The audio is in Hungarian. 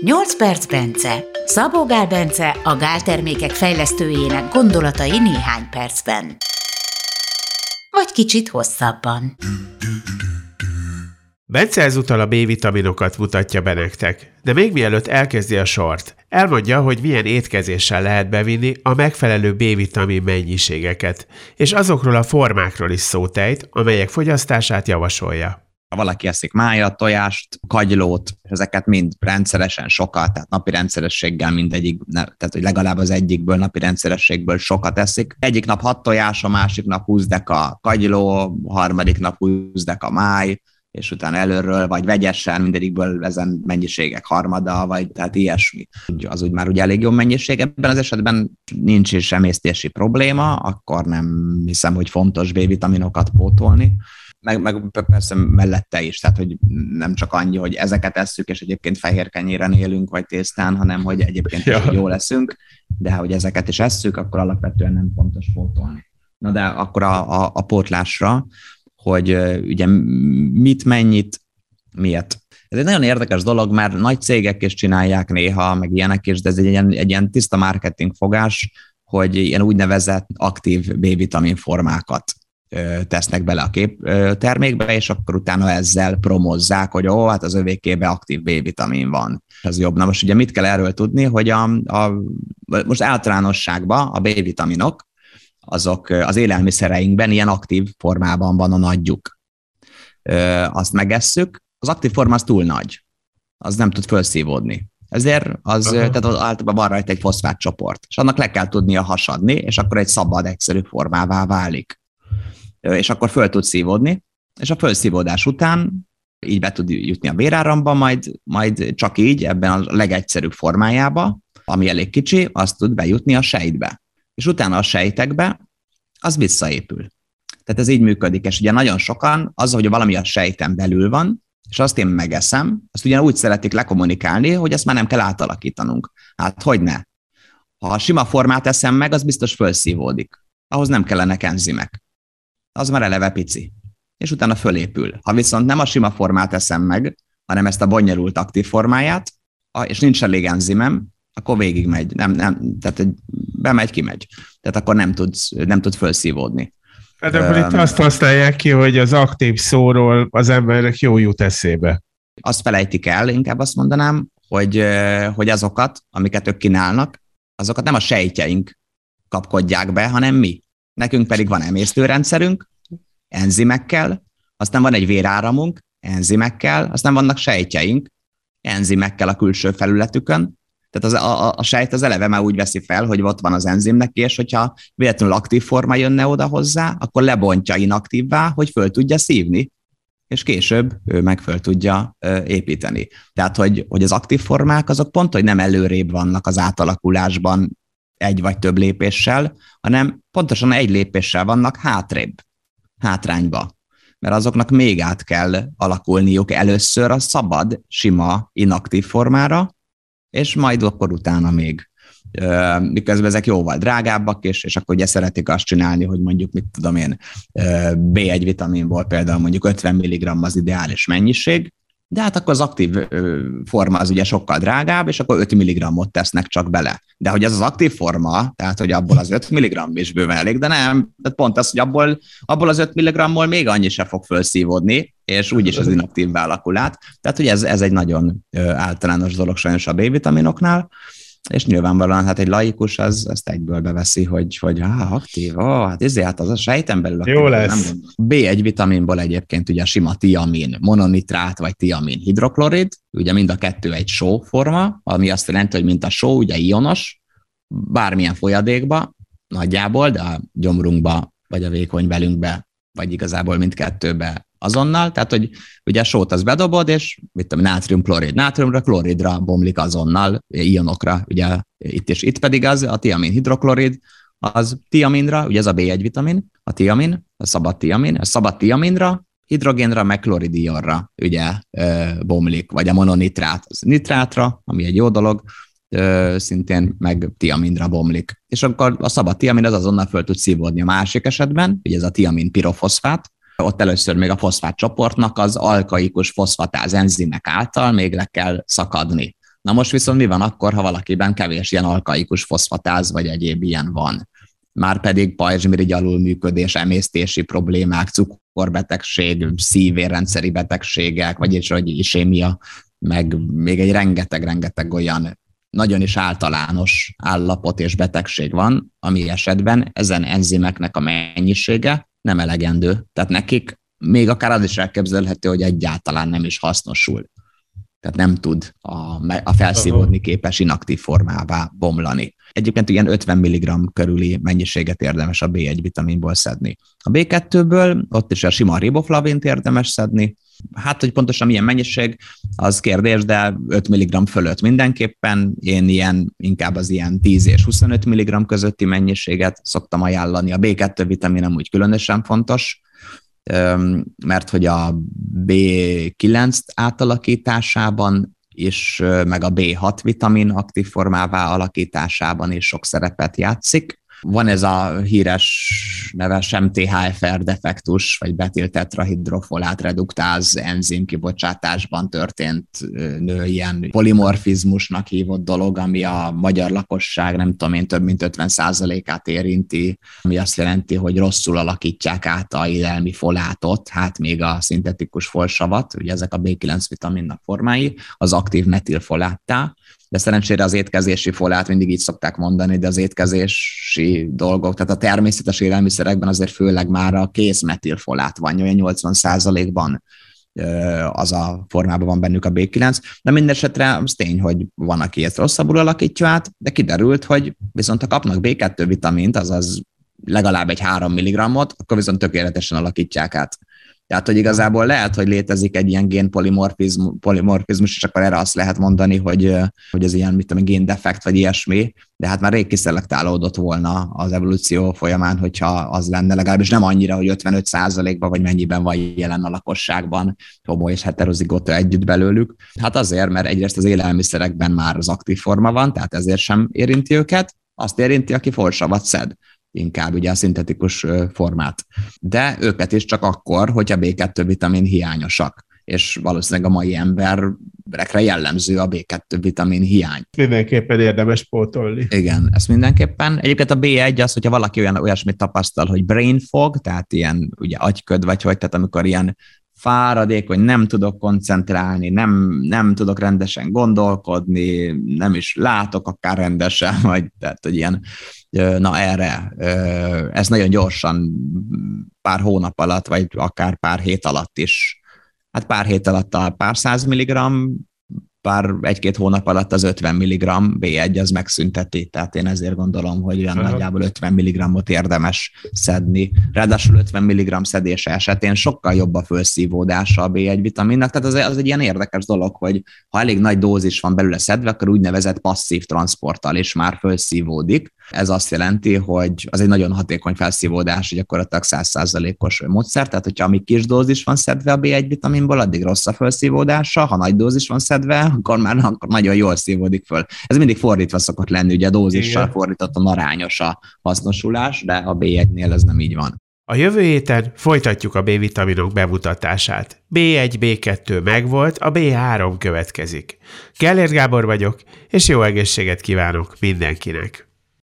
8 perc Bence. Szabó Gál Bence, a gáltermékek fejlesztőjének gondolatai néhány percben. Vagy kicsit hosszabban. Bence ezúttal a B-vitaminokat mutatja be nektek, de még mielőtt elkezdi a sort, elmondja, hogy milyen étkezéssel lehet bevinni a megfelelő B-vitamin mennyiségeket, és azokról a formákról is szót ejt, amelyek fogyasztását javasolja. Ha valaki eszik májat, tojást, kagylót, ezeket mind rendszeresen sokat, tehát napi rendszerességgel mindegyik, tehát hogy legalább az egyikből, napi rendszerességből sokat eszik. Egyik nap 6 tojás, a másik nap 20 deka kagyló, harmadik nap 20 deka máj, és utána előről, vagy vegyesen, mindegyikből ezen mennyiségek harmada, vagy tehát ilyesmi. Az úgy már ugye elég jó mennyiség. Ebben az esetben nincs is emésztési probléma, akkor nem hiszem, hogy fontos B-vitaminokat pótolni. Meg persze mellette is, tehát hogy nem csak annyi, hogy ezeket esszük, és egyébként fehér kenyéren élünk, vagy tésztán, hanem hogy egyébként is jól leszünk, de hogy ezeket is esszük, akkor alapvetően nem fontos pótolni. Na de akkor a pótlásra, hogy ugye mit, mennyit, miért. Ez egy nagyon érdekes dolog, mert nagy cégek is csinálják néha, meg ilyenek is, de ez egy ilyen tiszta marketing fogás, hogy ilyen úgynevezett aktív B-vitamin formákat tesznek bele a termékbe, és akkor utána ezzel promozzák, hogy hát az övékébe aktív B-vitamin van. Ez jobb. Na most ugye mit kell erről tudni, hogy most általánosságban a B-vitaminok, azok az élelmiszereinkben ilyen aktív formában van a nagyjuk. Azt megesszük, az aktív forma az túl nagy. Az nem tud felszívódni. Ezért tehát általában van rajta egy foszfátcsoport, és annak le kell tudnia hasadni, és akkor egy szabad, egyszerű formává válik. És akkor föl tud szívódni, és a fölszívódás után így be tud jutni a véráramba, majd csak így ebben a legegyszerűbb formájába, ami elég kicsi, azt tud bejutni a sejtbe. És utána a sejtekbe az visszaépül. Tehát ez így működik, és ugye nagyon sokan az, hogy valami a sejten belül van, és azt én megeszem, azt ugyan úgy szeretik lekommunikálni, hogy ezt már nem kell átalakítanunk. Hát hogyne? Ha a sima formát eszem meg, az biztos fölszívódik. Ahhoz nem kellenek enzimek. Az már eleve pici. És utána fölépül. Ha viszont nem a sima formát eszem meg, hanem ezt a bonyolult aktív formáját, és nincs elég enzimem, akkor végig megy. Tehát bemegy, kimegy. Tehát akkor nem tud felszívódni. Hát akkor itt azt használják ki, hogy az aktív szóról az embernek jó jut eszébe. Azt felejtik el, inkább azt mondanám, hogy azokat, amiket ők kínálnak, azokat nem a sejtjeink kapkodják be, hanem mi. Nekünk pedig van emésztőrendszerünk, enzimekkel, aztán van egy véráramunk, enzimekkel, aztán vannak sejtjeink, enzimekkel a külső felületükön. Tehát a sejt az eleve már úgy veszi fel, hogy ott van az enzim neki, és hogyha véletlenül aktív forma jönne oda hozzá, akkor lebontja inaktívvá, hogy föl tudja szívni, és később ő meg föl tudja építeni. Tehát, hogy az aktív formák azok pont, hogy nem előrébb vannak az átalakulásban egy vagy több lépéssel, hanem pontosan egy lépéssel vannak hátrányba. Mert azoknak még át kell alakulniuk először a szabad, sima, inaktív formára, és majd akkor utána még. Miközben ezek jóval drágábbak, és akkor ugye szeretik azt csinálni, hogy mondjuk, mit tudom én, B1 vitaminból például mondjuk 50 mg az ideális mennyiség, de hát akkor az aktív forma az ugye sokkal drágább, és akkor 5 mg-ot tesznek csak bele. De hogy ez az aktív forma, tehát hogy abból az 5 mg is bőven elég, de nem, tehát pont az, hogy abból az 5 mg-ból még annyi se fog felszívódni, és úgyis az inaktívvá alakul át. Tehát, hogy ez egy nagyon általános dolog sajnos a B-vitaminoknál, és nyilvánvalóan hát egy laikus ezt egyből beveszi, hogy aktív, hát az a sejten belül aktív. Jó lesz. B1 vitaminból egyébként ugye a sima tiamin, mononitrát vagy tiamin hidroklorid, ugye mind a kettő egy só forma, ami azt jelenti, hogy mint a só, ugye ionos, bármilyen folyadékba nagyjából, de a gyomrunkba vagy a vékony belünkbe, vagy igazából mindkettőbe azonnal, tehát hogy ugye a sót az bedobod, és nátriumklorid. Nátriumra, kloridra bomlik azonnal, ionokra, ugye itt pedig az a tiamin hidroklorid, az tiaminra, ugye ez a B1 vitamin, a tiamin, a szabad tiaminra, hidrogénra, meg kloridionra ugye bomlik, vagy a mononitrát, az nitrátra, ami egy jó dolog, szintén meg tiaminra bomlik. És akkor a szabad tiamin az azonnal föl tud szívódni a másik esetben, ugye ez a tiamin pirofoszfát, ott először még a foszfát csoportnak az alkaikus foszfatáz enzimek által még le kell szakadni. Na most viszont mi van akkor, ha valakiben kevés ilyen alkaikus foszfatáz vagy egyéb ilyen van? Márpedig pajzsmirigy alulműködés, emésztési problémák, cukorbetegség, szívérrendszeri betegségek, vagyis isémia, meg még egy rengeteg olyan nagyon is általános állapot és betegség van, ami esetben ezen enzimeknek a mennyisége nem elegendő. Tehát nekik még akár az is elképzelhető, hogy egyáltalán nem is hasznosul. Tehát nem tud a felszívódni képes inaktív formává bomlani. Egyébként ilyen 50 mg körüli mennyiséget érdemes a B1 vitaminból szedni. A B2-ből ott is a sima riboflavint érdemes szedni. Hát, hogy pontosan milyen mennyiség, az kérdés, de 5 mg fölött mindenképpen. Én inkább az ilyen 10 és 25 mg közötti mennyiséget szoktam ajánlani. A B2 vitamin amúgy különösen fontos, mert hogy a B9 átalakításában és meg a B6 vitamin aktív formává alakításában is sok szerepet játszik. Van ez a híres neves MTHFR defektus, vagy metiltetrahidrofolát reduktáz enzim kibocsátásban történt ilyen polimorfizmusnak hívott dolog, ami a magyar lakosság, nem tudom én, több mint 50%-át érinti, ami azt jelenti, hogy rosszul alakítják át a élelmi folátot, hát még a szintetikus folsavat, ugye ezek a B9 vitaminnak formái, az aktív metilfoláttá. De szerencsére az étkezési folát mindig így szokták mondani, de az étkezési dolgok, tehát a természetes élelmiszerekben azért főleg már a kész metilfolát van, olyan 80%-ban az a formában van bennük a B9, de mindesetre az tény, hogy van, aki ezt rosszabbul alakítja át, de kiderült, hogy viszont ha kapnak B2 vitamint, azaz legalább egy 3 mg-ot, akkor viszont tökéletesen alakítják át. Tehát, hogy igazából lehet, hogy létezik egy ilyen génpolimorfizmus, és akkor erre azt lehet mondani, hogy ez ilyen, mit tudom, géndefekt, vagy ilyesmi, de hát már rég kiszelektálódott volna az evolúció folyamán, hogyha az lenne, legalábbis nem annyira, hogy 55%-ban, vagy mennyiben van jelen a lakosságban homo és heterozigóta együtt belőlük. Hát azért, mert egyrészt az élelmiszerekben már az aktív forma van, tehát ezért sem érinti őket, azt érinti, aki folsavat szed, inkább ugye a szintetikus formát. De őket is csak akkor, hogyha B2 vitamin hiányosak, és valószínűleg a mai emberekre jellemző a B2 vitamin hiány. Mindenképpen érdemes pótolni. Igen, ezt mindenképpen. Egyébként a B1 az, hogyha valaki olyasmit tapasztal, hogy brain fog, tehát ilyen ugye agyköd, vagy hogy, tehát amikor ilyen fáradék, hogy nem tudok koncentrálni, nem tudok rendesen gondolkodni, nem is látok akár rendesen, vagy tehát, hogy ilyen, na erre, ez nagyon gyorsan pár hónap alatt, vagy akár pár hét alatt is, hát pár hét alatt a pár 100 milligramm, pár egy-két hónap alatt az 50 mg B1 az megszünteti, tehát én ezért gondolom, hogy olyan nagyjából 50 mg-ot érdemes szedni. Ráadásul 50 mg szedése esetén sokkal jobb a felszívódása a B1 vitaminnak, tehát az egy ilyen érdekes dolog, hogy ha elég nagy dózis van belőle szedve, akkor úgynevezett passzív transzporttal is már felszívódik. Ez azt jelenti, hogy az egy nagyon hatékony felszívódás, gyakorlatilag 100%-os módszer, tehát hogyha amíg kis dózis van szedve a B1 vitaminból, addig rossz a felszívódása, ha nagy dózis van szedve, akkor nagyon jól szívódik föl. Ez mindig fordítva szokott lenni, ugye a dózissal fordítottan arányos a hasznosulás, de a B1-nél ez nem így van. A jövő héten folytatjuk a B-vitaminok bemutatását. B1, B2 megvolt, a B3 következik. Gellért Gábor vagyok, és jó egészséget kívánok mindenkinek!